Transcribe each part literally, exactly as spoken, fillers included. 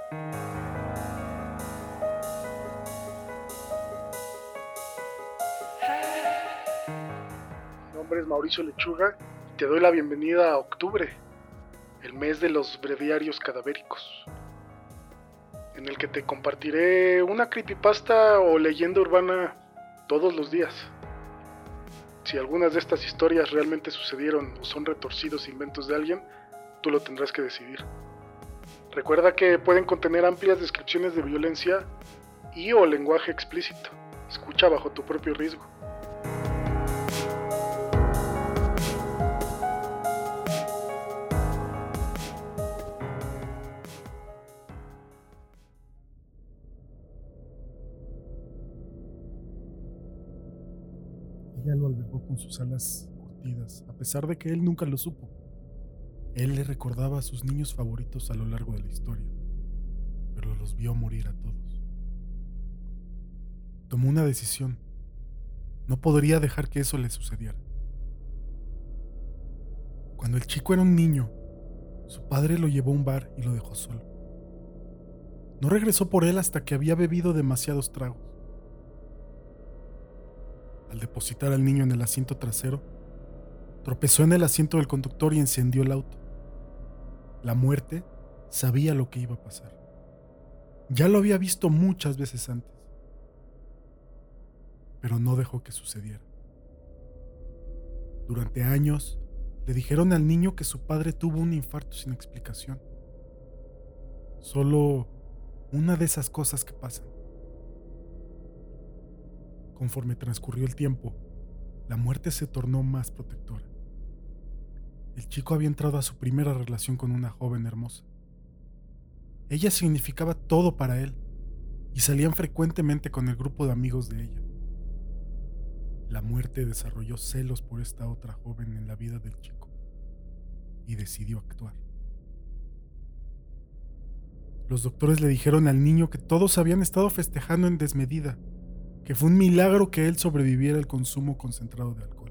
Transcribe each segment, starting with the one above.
Mi nombre es Mauricio Lechuga y te doy la bienvenida a octubre, el mes de los breviarios cadavéricos, en el que te compartiré una creepypasta o leyenda urbana todos los días. Si algunas de estas historias realmente sucedieron o son retorcidos inventos de alguien, tú lo tendrás que decidir. Recuerda que pueden contener amplias descripciones de violencia y o lenguaje explícito. Escucha bajo tu propio riesgo. Ella lo albergó con sus alas curtidas, a pesar de que él nunca lo supo. Él le recordaba a sus niños favoritos a lo largo de la historia, pero los vio morir a todos. Tomó una decisión. No podría dejar que eso le sucediera. Cuando el chico era un niño, su padre lo llevó a un bar y lo dejó solo. No regresó por él hasta que había bebido demasiados tragos. Al depositar al niño en el asiento trasero, tropezó en el asiento del conductor y encendió el auto. La muerte sabía lo que iba a pasar. Ya lo había visto muchas veces antes, pero no dejó que sucediera. Durante años, le dijeron al niño que su padre tuvo un infarto sin explicación. Solo una de esas cosas que pasan. Conforme transcurrió el tiempo, la muerte se tornó más protectora. El chico había entrado a su primera relación con una joven hermosa. Ella significaba todo para él y salían frecuentemente con el grupo de amigos de ella. La muerte desarrolló celos por esta otra joven en la vida del chico y decidió actuar. Los doctores le dijeron al niño que todos habían estado festejando en desmedida, que fue un milagro que él sobreviviera al consumo concentrado de alcohol.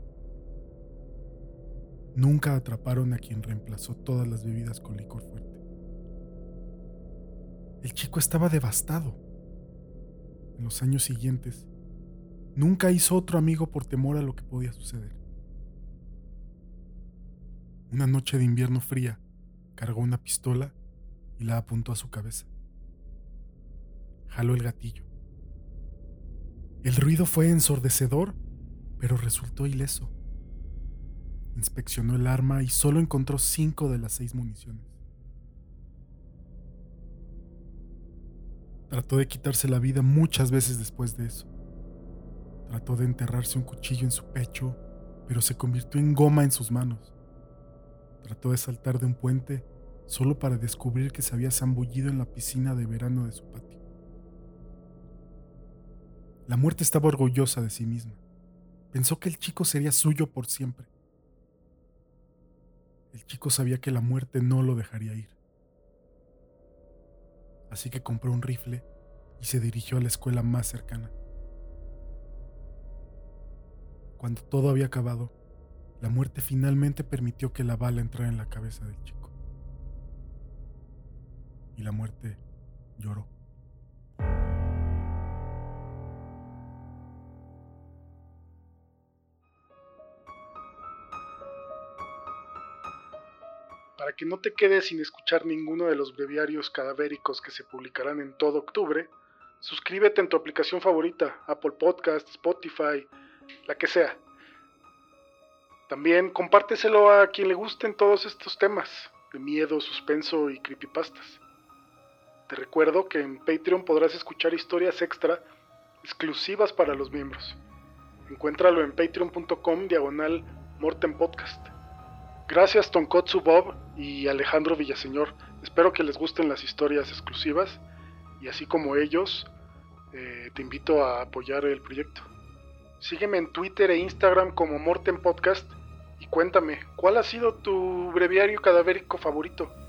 Nunca atraparon a quien reemplazó todas las bebidas con licor fuerte. El chico estaba devastado. En los años siguientes, nunca hizo otro amigo por temor a lo que podía suceder. Una noche de invierno fría, cargó una pistola y la apuntó a su cabeza. Jaló el gatillo. El ruido fue ensordecedor, pero resultó ileso. Inspeccionó el arma y solo encontró cinco de las seis municiones. Trató de quitarse la vida muchas veces después de eso. Trató de enterrarse un cuchillo en su pecho, pero se convirtió en goma en sus manos. Trató de saltar de un puente solo para descubrir que se había zambullido en la piscina de verano de su patio. La muerte estaba orgullosa de sí misma. Pensó que el chico sería suyo por siempre. El chico sabía que la muerte no lo dejaría ir. Así que compró un rifle y se dirigió a la escuela más cercana. Cuando todo había acabado, la muerte finalmente permitió que la bala entrara en la cabeza del chico. Y la muerte lloró. Para que no te quedes sin escuchar ninguno de los breviarios cadavéricos que se publicarán en todo octubre, suscríbete en tu aplicación favorita, Apple Podcast, Spotify, la que sea. También compárteselo a quien le gusten todos estos temas de miedo, suspenso y creepypastas. Te recuerdo que en Patreon podrás escuchar historias extra exclusivas para los miembros. Encuéntralo en patreon.com diagonal Morten Podcast. Gracias Tonkotsu Bob y Alejandro Villaseñor. Espero que les gusten las historias exclusivas y así como ellos, eh, te invito a apoyar el proyecto. Sígueme en Twitter e Instagram como Morten Podcast y cuéntame, ¿cuál ha sido tu breviario cadavérico favorito?